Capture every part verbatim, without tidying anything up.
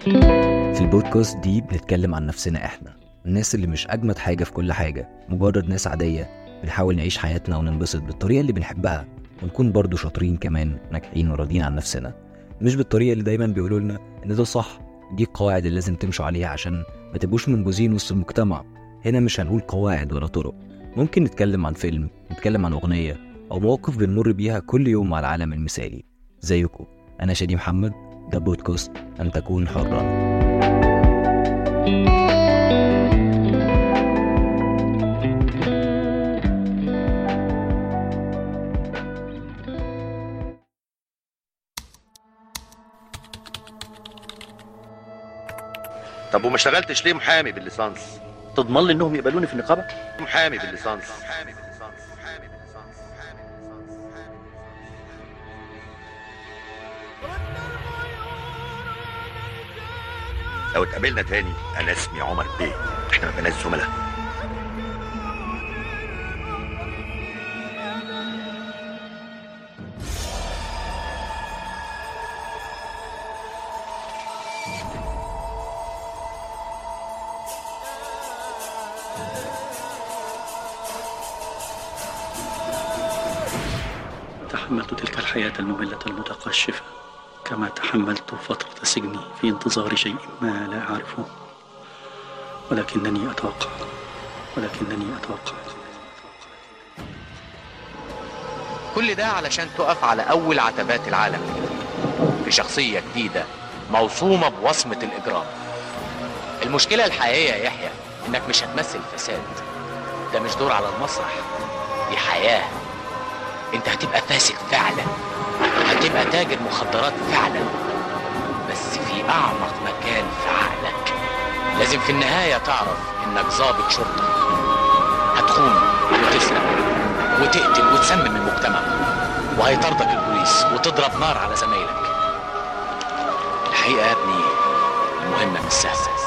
في البودكاست دي بنتكلم عن نفسنا احنا، الناس اللي مش أجمد حاجة في كل حاجة، مجرد ناس عادية بنحاول نعيش حياتنا وننبسط بالطريقة اللي بنحبها، ونكون برضو شاطرين كمان، ناجحين وراضيين عن نفسنا، مش بالطريقة اللي دايما بيقولوا لنا إن ده صح. دي القواعد اللي لازم تمشوا عليها عشان ما تبقوش منبوذين وسط المجتمع. هنا مش هنقول قواعد ولا طرق، ممكن نتكلم عن فيلم، نتكلم عن أغنية أو مواقف بنمر بيها كل يوم مع العالم المثالي. زيكم، أنا شادي محمد، ده بودكاست أن تكون حرا. طب وما اشتغلتش ليه محامي بالليسانس؟ تضمن لي انهم يقبلوني في النقابه؟ محامي بالليسانس. لو اتقابلنا تاني انا اسمي عمر بيه، احنا ما بقيناش زملاء. تحملت تلك الحياة المملة المتقشفة كما تحملت فترة سجني في انتظار شيء ما لا أعرفه، ولكنني أتوقع ولكنني أتوقع كل ده علشان تقف على أول عتبات العالم في شخصية جديدة موصومة بوصمة الإجرام. المشكلة الحقيقية يا يحيى إنك مش هتمثل فساد، ده مش دور على المسرح، دي حياة. انت هتبقى فاسد فعلا، هتبقى تاجر مخدرات فعلا، بس في اعمق مكان في عقلك. لازم في النهاية تعرف انك ضابط شرطة، هتخون وتسرق وتقتل وتسمم المجتمع، وهيطردك البوليس وتضرب نار على زمايلك. الحقيقة يا ابني المهمة مش سهلة.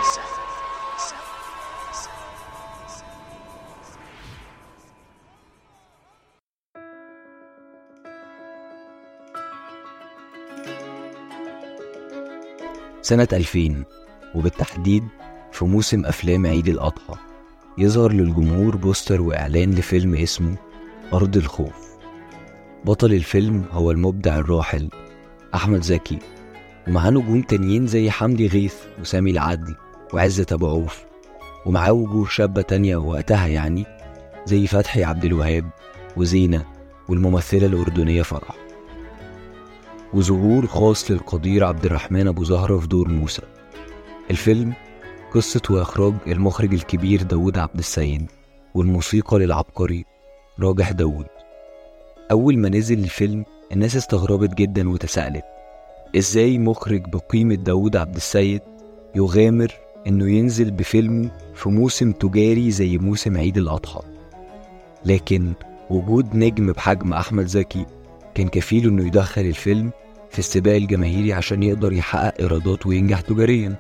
سنة ألفين، وبالتحديد في موسم أفلام عيد الأضحى، يظهر للجمهور بوستر وإعلان لفيلم اسمه أرض الخوف. بطل الفيلم هو المبدع الراحل أحمد زكي، ومعاه نجوم تانيين زي حمدي غيث وسامي العدل وعزت أبو عوف، ومعاه وجوه شابة تانية وقتها يعني زي فتحي عبد الوهاب وزينة والممثلة الأردنية فرح، وظهور خاص للقدير عبد الرحمن أبو زهرة في دور موسى. الفيلم قصة وإخراج المخرج الكبير داود عبد السيد، والموسيقى للعبقري راجح داود. أول ما نزل الفيلم الناس استغربت جدا وتساءلت إزاي مخرج بقيمة داود عبد السيد يغامر إنه ينزل بفيلمه في موسم تجاري زي موسم عيد الأضحى. لكن وجود نجم بحجم أحمد زكي كان كفيل إنه يدخل الفيلم في السباق الجماهيري عشان يقدر يحقق إيرادات وينجح تجاريا.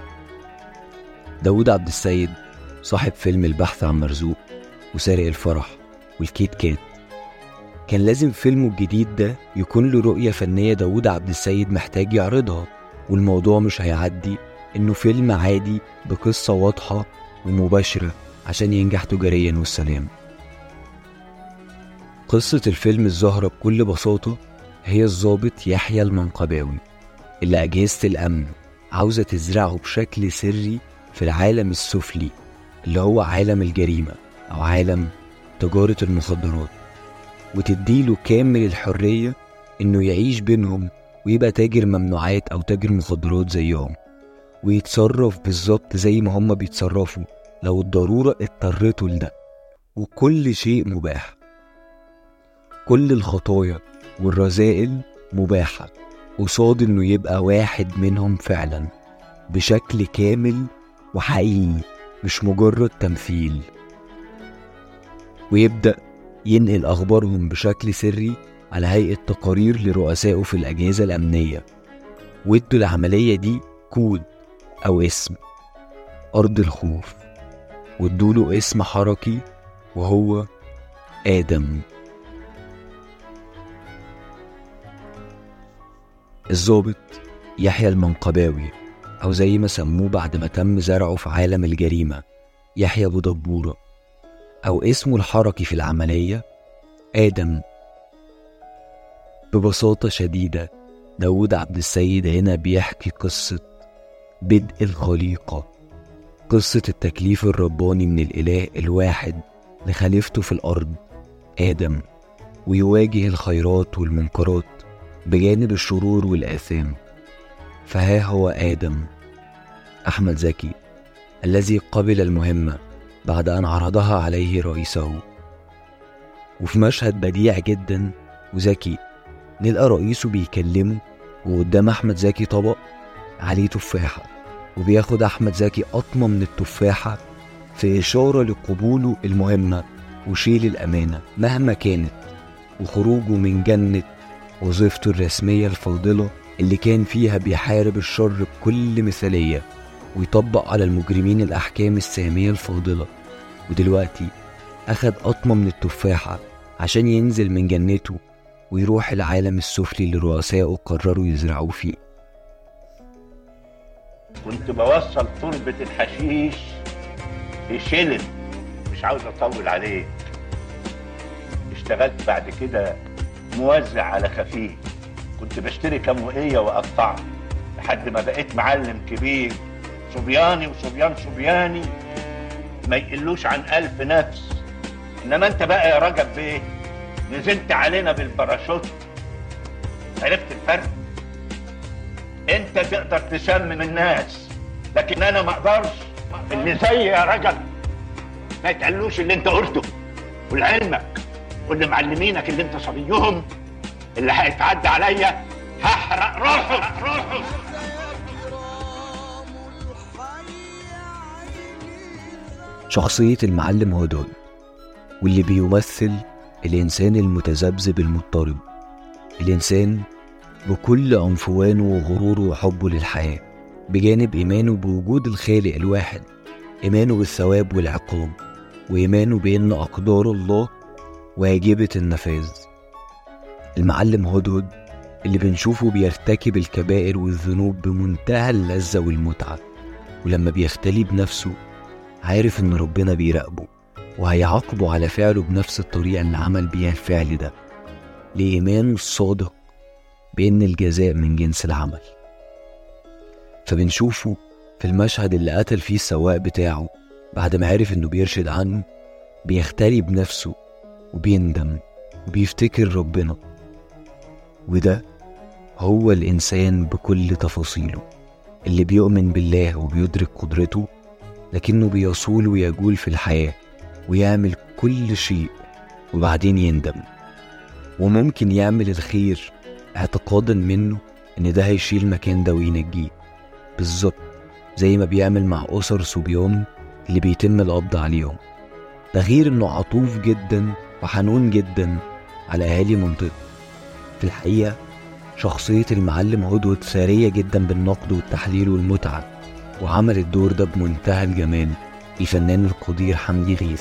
داود عبد السيد صاحب فيلم البحث عن مرزوق وسارق الفرح والكيت كات، كان لازم فيلمه الجديد ده يكون له رؤية فنية داود عبد السيد محتاج يعرضها، والموضوع مش هيعدي إنه فيلم عادي بقصة واضحة ومباشرة عشان ينجح تجاريا والسلام. قصة الفيلم الزهرة بكل بساطة هي الضابط يحيى المنقباوي اللي أجهزة الأمن عاوزة تزرعه بشكل سري في العالم السفلي اللي هو عالم الجريمة أو عالم تجارة المخدرات، وتديله كامل الحرية إنه يعيش بينهم ويبقى تاجر ممنوعات أو تاجر مخدرات زيهم، ويتصرف بالظبط زي ما هم بيتصرفوا لو الضرورة اضطرته لده، وكل شيء مباح. كل الخطايا والرذائل مباحة قصاد إنه يبقى واحد منهم فعلا بشكل كامل وحقيقي، مش مجرد تمثيل. ويبدأ ينقل أخبارهم بشكل سري على هيئة تقارير لرؤسائه في الأجهزة الأمنية، وادوا العملية دي كود أو اسم أرض الخوف، وادوله اسم حركي وهو آدم. الضابط يحيى المنقباوي أو زي ما سموه بعد ما تم زرعه في عالم الجريمة يحيى أبو دبورة، أو اسمه الحركي في العملية آدم. ببساطة شديدة داود عبد السيد هنا بيحكي قصة بدء الخليقة، قصة التكليف الرباني من الإله الواحد لخليفته في الأرض آدم، ويواجه الخيرات والمنكرات بجانب الشرور والآثام. فها هو آدم أحمد زكي الذي قبل المهمة بعد أن عرضها عليه رئيسه. وفي مشهد بديع جدا وذكي نلقى رئيسه بيكلمه وقدام أحمد زكي طبق عليه تفاحة، وبياخد أحمد زكي قطمة من التفاحة في إشارة لقبوله المهمة وشيل الأمانة مهما كانت، وخروجه من جنة وظيفته الرسمية الفاضلة اللي كان فيها بيحارب الشر بكل مثالية ويطبق على المجرمين الأحكام السامية الفاضلة. ودلوقتي أخد قطمة من التفاحة عشان ينزل من جنته ويروح العالم السفلي اللي رؤسائه قرروا يزرعوه فيه. كنت بوصل تربة الحشيش في شلم، مش عاوز اطول عليك. اشتغلت بعد كده موزع على خفيف، كنت بشتري كموئية واقطعها لحد ما بقيت معلم كبير، صبياني وصبيان صبياني ما يقلوش عن ألف نفس. انما انت بقى يا رجب بيه نزلت علينا بالباراشوت، عرفت الفرق؟ انت تقدر تسمم الناس لكن انا ما اقدرش. اللي زي يا رجل ما يتقالوش اللي انت قلته، ولعلمك واللي معلمينك اللي انت صبيهم اللي هيتعدى عليا هحرق روحه روحه. شخصية المعلم هدهد، واللي بيمثل الإنسان المتذبذب المضطرب، الإنسان بكل عنفوانه وغروره وحبه للحياة، بجانب إيمانه بوجود الخالق الواحد، إيمانه بالثواب والعقاب، وإيمانه بأن أقدار الله واجبة النفاذ. المعلم هدهد اللي بنشوفه بيرتكب الكبائر والذنوب بمنتهى اللذة والمتعة، ولما بيختلي بنفسه عارف إن ربنا بيراقبه وهيعاقبه على فعله بنفس الطريقة اللي عمل بيها الفعل ده، لإيمانه الصادق بأن الجزاء من جنس العمل. فبنشوفه في المشهد اللي قتل فيه السواق بتاعه بعد ما عرف إنه بيرشد عنه، بيختلي بنفسه وبيندم وبيفتكر ربنا. وده هو الإنسان بكل تفاصيله اللي بيؤمن بالله وبيدرك قدرته، لكنه بيصول ويجول في الحياة ويعمل كل شيء وبعدين يندم. وممكن يعمل الخير اعتقادا منه ان ده هيشيل مكان ده وينجيه، بالظبط زي ما بيعمل مع أسر صبيان اللي بيتم القبض عليهم. ده غير انه عطوف جدا وحنون جدا على اهالي منطقته. في الحقيقة شخصية المعلم هدهد ثرية جدا بالنقد والتحليل والمتعة، وعمل الدور ده بمنتهى الجمال الفنان القدير حمدي غيث.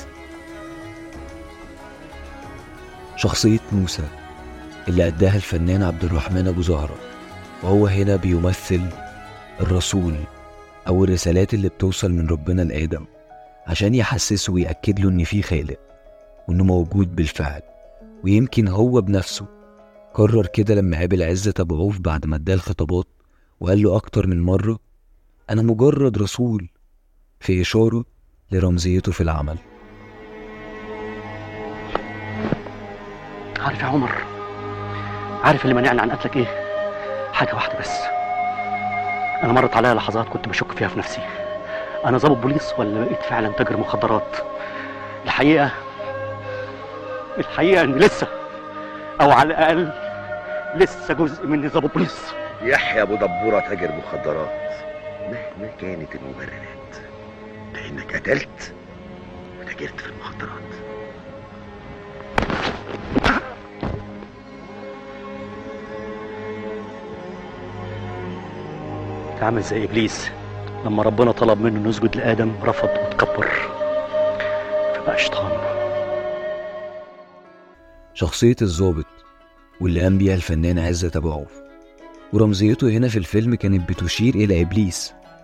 شخصية موسى اللي أداها الفنان عبد الرحمن أبو زهرة، وهو هنا بيمثل الرسول أو الرسالات اللي بتوصل من ربنا لآدم عشان يحسسه ويأكد له إن في خالق وإنه موجود بالفعل. ويمكن هو بنفسه قرر كده لما قابل عزت أبو عوف بعد ما اداه الخطابات وقال له أكتر من مرة أنا مجرد رسول، في إشارة لرمزيته في العمل. عارف يا عمر، عارف اللي منعني عن قتلك ايه؟ حاجة واحدة بس. أنا مرت عليا لحظات كنت بشك فيها في نفسي، أنا ضابط بوليس ولا بقيت فعلا تاجر مخدرات؟ الحقيقة الحقيقة إن لسه، أو على الأقل لسه جزء مني ضابط بوليس. يحيى أبو دبورة تاجر مخدرات مهما كانت المبررات، لأنك قتلت وتاجرت في المخدرات. عامل زي إبليس لما ربنا طلب منه انه يسجد لآدم رفض وتكبر فبقى شيطان. شخصية الضابط واللي قام بيها الفنان عزت أبو عوف، ورمزيته هنا في الفيلم كانت بتشير إلى إبليس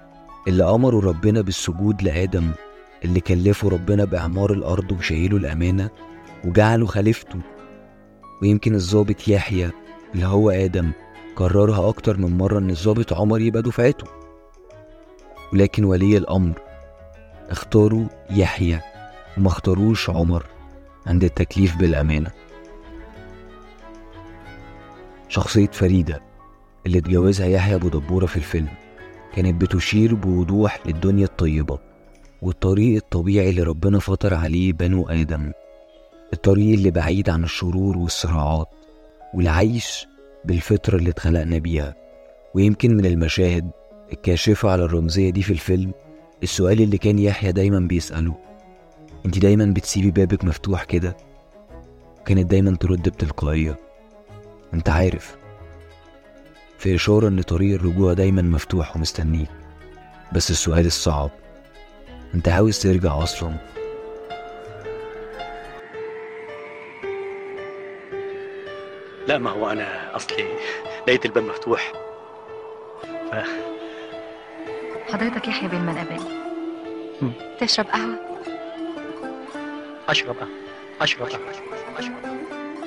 اللي أمروا ربنا بالسجود لآدم، اللي كلفوا ربنا بإعمار الأرض وشايلوا الأمانة وجعلوا خليفته. ويمكن الضابط يحيى اللي هو آدم قررها أكتر من مرة إن الضابط عمر يبقى دفعته، ولكن ولي الأمر اختاروا يحيى وما اختاروش عمر عند التكليف بالأمانة. شخصية فريدة اللي اتجوزها يحيى أبو دبورة في الفيلم كانت بتشير بوضوح للدنيا الطيبة والطريق الطبيعي اللي ربنا فطر عليه بنو آدم، الطريق اللي بعيد عن الشرور والصراعات والعيش بالفطرة اللي اتخلقنا بيها. ويمكن من المشاهد الكاشفة على الرمزية دي في الفيلم السؤال اللي كان يحيى دايما بيسأله: انت دايما بتسيبي بابك مفتوح كده؟ كانت دايما ترد بتلقائية: انت عارف، في إشارة ان طريق الرجوع دايما مفتوح ومستنيك. بس السؤال الصعب: انت عاوز ترجع اصلا؟ لا، ما هو انا اصلي لقيت الباب مفتوح ف... حضرتك يحيى بن منقبل، تشرب قهوة؟ اشرب قهوة اشرب قهوة اشرب قهوة.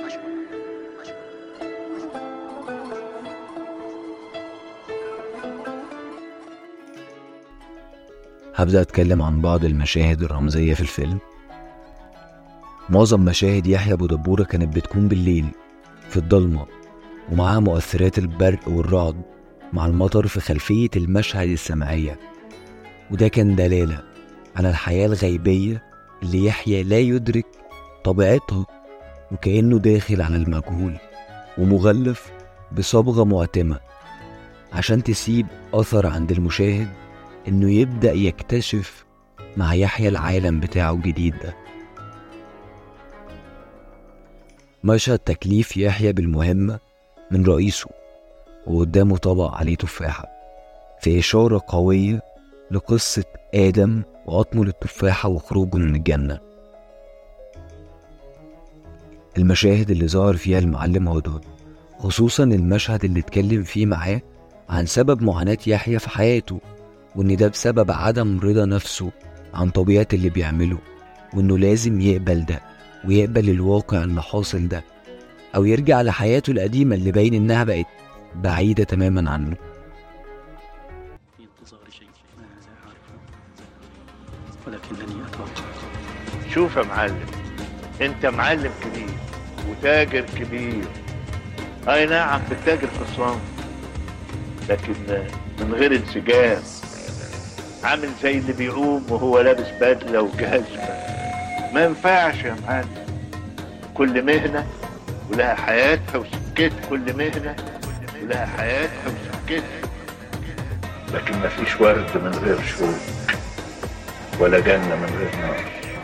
هبدأ أتكلم عن بعض المشاهد الرمزية في الفيلم. معظم مشاهد يحيى أبو دبورة كانت بتكون بالليل في الضلمة ومعها مؤثرات البرق والرعد مع المطر في خلفية المشهد السمعية، وده كان دلالة على الحياة الغيبية اللي يحيى لا يدرك طبيعتها، وكأنه داخل على المجهول ومغلف بصبغة معتمة عشان تسيب أثر عند المشاهد إنه يبدأ يكتشف مع يحيى العالم بتاعه الجديد ده. مشهد تكليف يحيى بالمهمة من رئيسه وقدامه طبق عليه تفاحة في إشارة قوية لقصة آدم وقطمه للتفاحة وخروجه من الجنة. المشاهد اللي ظهر فيها المعلم هدهد، خصوصا المشهد اللي اتكلم فيه معاه عن سبب معاناة يحيى في حياته، وإن ده بسبب عدم رضا نفسه عن طبيعة اللي بيعمله، وإنه لازم يقبل ده ويقبل الواقع اللي حاصل ده، أو يرجع لحياته القديمة اللي باين إنها بقت بعيدة تماما عنه. في انتظار شيء ما أعرفه ولكنني أتوقع. شوف يا معلم، انت معلم كبير وتاجر كبير، اي نعم بتتاجر في الصنف، لكن من غير انسجام، عامل زي اللي بيقوم وهو لابس بدله وجزمه. ما ينفعش يا معلم، كل مهنه ولها حياتها وسكتها، كل مهنه ولها حياتها وسكتها، لكن ما فيش ورد من غير شوك ولا جنه من غير نار.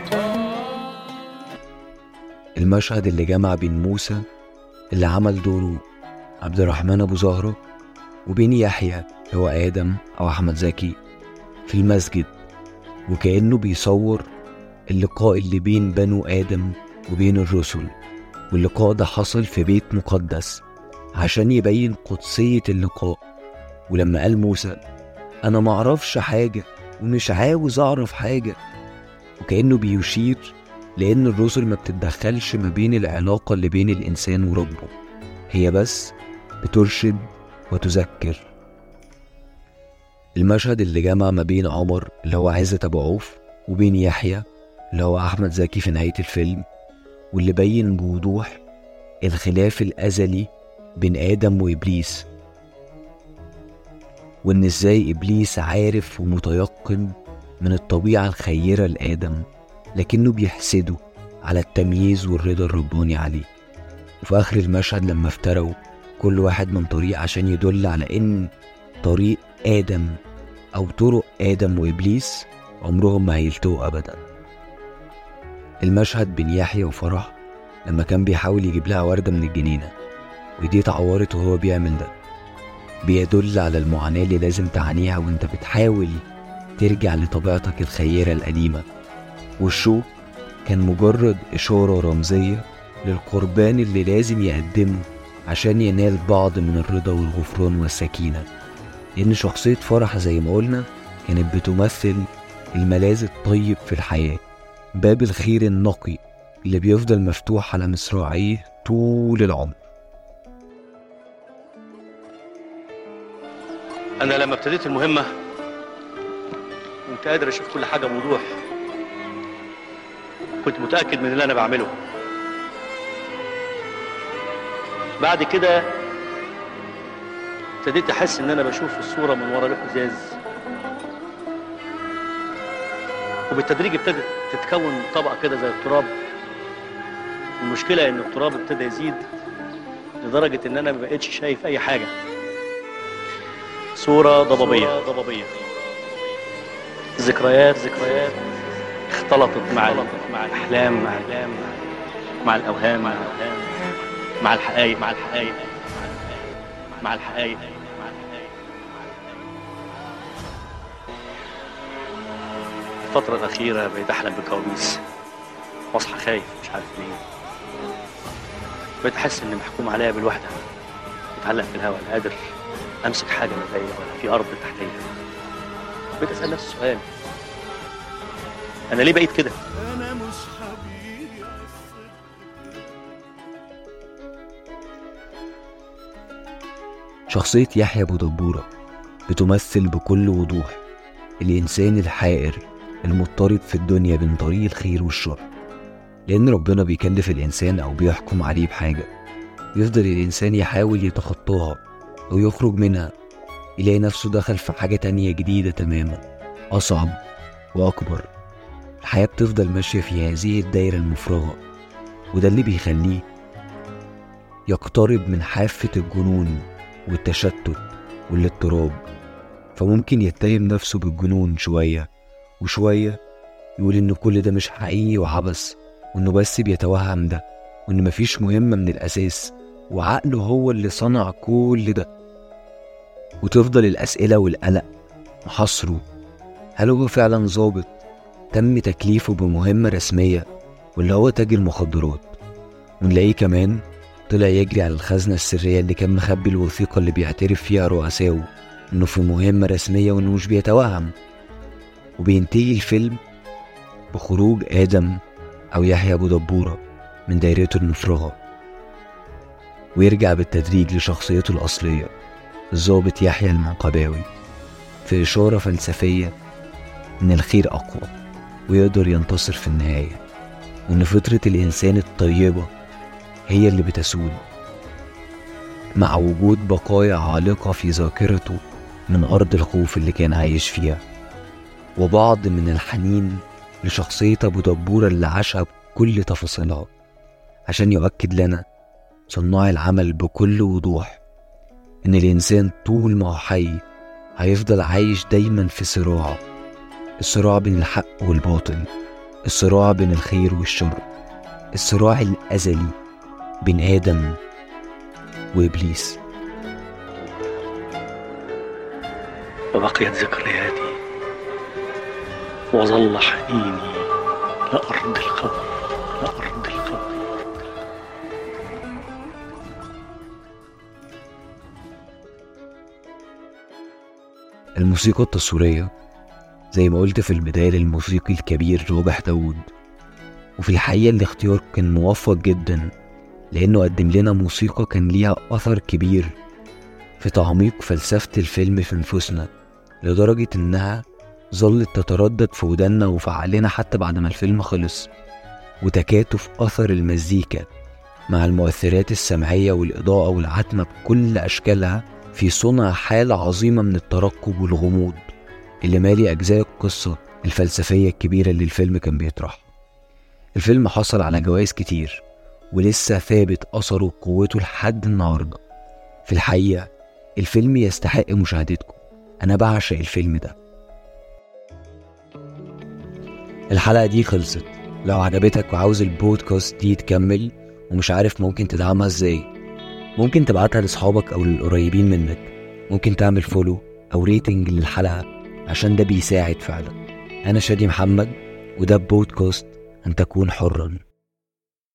المشهد اللي جمع بين موسى اللي عمل دوره عبد الرحمن أبو زهرة وبين يحيى هو آدم أو أحمد زكي في المسجد، وكأنه بيصور اللقاء اللي بين بنو آدم وبين الرسل، واللقاء ده حصل في بيت مقدس عشان يبين قدسية اللقاء. ولما قال موسى أنا معرفش حاجة ومش عاوز أعرف حاجة، وكأنه بيشير لأن الرسل ما بتتدخلش ما بين العلاقة اللي بين الإنسان وربه، هي بس بترشد وتذكر. المشهد اللي جمع ما بين عمر اللي هو عزت أبو عوف وبين يحيى اللي هو أحمد زكي في نهاية الفيلم، واللي بين بوضوح الخلاف الأزلي بين آدم وإبليس، وإن إزاي إبليس عارف ومتيقن من الطبيعة الخيرة لآدم، لكنه بيحسده على التمييز والرضا الرباني عليه. وفي آخر المشهد لما افتروا كل واحد من طريق عشان يدل على إن طريق آدم أو طرق آدم وإبليس عمرهم ما هيلتقوا أبدا. المشهد بين يحيى وفرح لما كان بيحاول يجيب لها وردة من الجنينة ودي اتعورت وهو بيعمل ده، بيدل على المعاناة اللي لازم تعانيها وانت بتحاول ترجع لطبيعتك الخيرة القديمة. والشوك كان مجرد إشارة رمزية للقربان اللي لازم يقدمه عشان ينال بعض من الرضا والغفران والسكينة، لأن شخصية فرح زي ما قلنا كانت بتمثل الملاذ الطيب في الحياة، باب الخير النقي اللي بيفضل مفتوح على مصراعيه طول العمر. انا لما ابتديت المهمه كنت قادر اشوف كل حاجه بوضوح، كنت متاكد من اللي انا بعمله. بعد كده ابتديت احس ان انا بشوف الصوره من ورا لوح ازاز، وبالتدريج ابتدت تتكون طبقه كده زي التراب. المشكله ان التراب ابتدى يزيد لدرجه ان انا ما بقتش شايف اي حاجه. صوره ضبابيه ضبابيه ذكريات ذكريات اختلطت مع مع الاحلام مع الاحلام مع الاوهام مع الاوهام مع الحقائق مع الحقائق مع الحقائق الفترة الأخيرة بقيت أحلم بالكوابيس وأصحى خايف مش عارف ليه. بقيت أحس إني محكوم عليا بالوحدة، متعلق في الهواء، لا قادر أمسك حاجة من إيديا ولا في أرض تحتيا. بقيت أسأل نفسي السؤال، أنا ليه بقيت كده؟ شخصية يحيى أبو دبورة بتمثل بكل وضوح الإنسان الحائر المضطرب في الدنيا بين طريق الخير والشر، لأن ربنا بيكلف الإنسان أو بيحكم عليه بحاجة، يفضل الإنسان يحاول يتخطاها أو يخرج منها، يلاقي نفسه دخل في حاجة تانية جديدة تماما أصعب وأكبر. الحياة بتفضل ماشية في هذه الدايرة المفرغة، وده اللي بيخليه يقترب من حافة الجنون والتشتت والاضطراب. فممكن يتهم نفسه بالجنون شوية، وشوية يقول إن كل ده مش حقيقي وعبث، وإنه بس بيتوهم ده، وإن مفيش مهمة من الأساس، وعقله هو اللي صنع كل ده. وتفضل الأسئلة والقلق محاصره، هل هو فعلا ضابط تم تكليفه بمهمة رسمية، ولا هو تاجر مخدرات؟ ونلاقيه كمان طلع يجري على الخزنة السرية اللي كان مخبي الوثيقة اللي بيعترف فيها رؤسائه إنه في مهمة رسمية وإنه مش بيتوهم. وبينتهي الفيلم بخروج آدم أو يحيى أبو دبورة من دايرته المفرغة، ويرجع بالتدريج لشخصيته الأصلية الضابط يحيى المنقباوي، في إشارة فلسفية إن الخير أقوى ويقدر ينتصر في النهاية، وإن فطرة الإنسان الطيبة هي اللي بتسود، مع وجود بقايا عالقة في ذاكرته من أرض الخوف اللي كان عايش فيها، وبعض من الحنين لشخصية أبو دبورة اللي عاشها بكل تفاصيلها، عشان يؤكد لنا صناع العمل بكل وضوح إن الإنسان طول ما هو حي هيفضل عايش دايما في صراع، الصراع بين الحق والباطل، الصراع بين الخير والشر، الصراع الأزلي بين آدم وإبليس. وبقيت ذكرياتي وظل حنيني لأرض القبر لأرض القبر. الموسيقى التصويرية زي ما قلت في البداية للموسيقي الكبير رابح داود، وفي الحقيقة الاختيار كان موفق جدا، لأنه قدم لنا موسيقى كان ليها أثر كبير في تعميق فلسفة الفيلم في نفوسنا، لدرجة إنها ظلت تتردد في ودنا وفي عقلنا حتى بعد ما الفيلم خلص. وتكاتف أثر المزيكا مع المؤثرات السمعية والإضاءة والعتمة بكل أشكالها في صنع حالة عظيمة من الترقب والغموض اللي مالي أجزاء القصة الفلسفية الكبيرة اللي الفيلم كان بيطرحها. الفيلم حصل على جوائز كتير ولسه ثابت أثره وقوته لحد النهاردة. في الحقيقة الفيلم يستحق مشاهدتكم، أنا بعشق الفيلم ده. الحلقة دي خلصت. لو عجبتك وعاوز البودكاست دي تكمل ومش عارف ممكن تدعمها ازاي، ممكن تبعتها لأصحابك أو للقريبين منك، ممكن تعمل فولو أو ريتنج للحلقة عشان ده بيساعد فعلا. أنا شادي محمد وده بودكاست أن تكون حراً.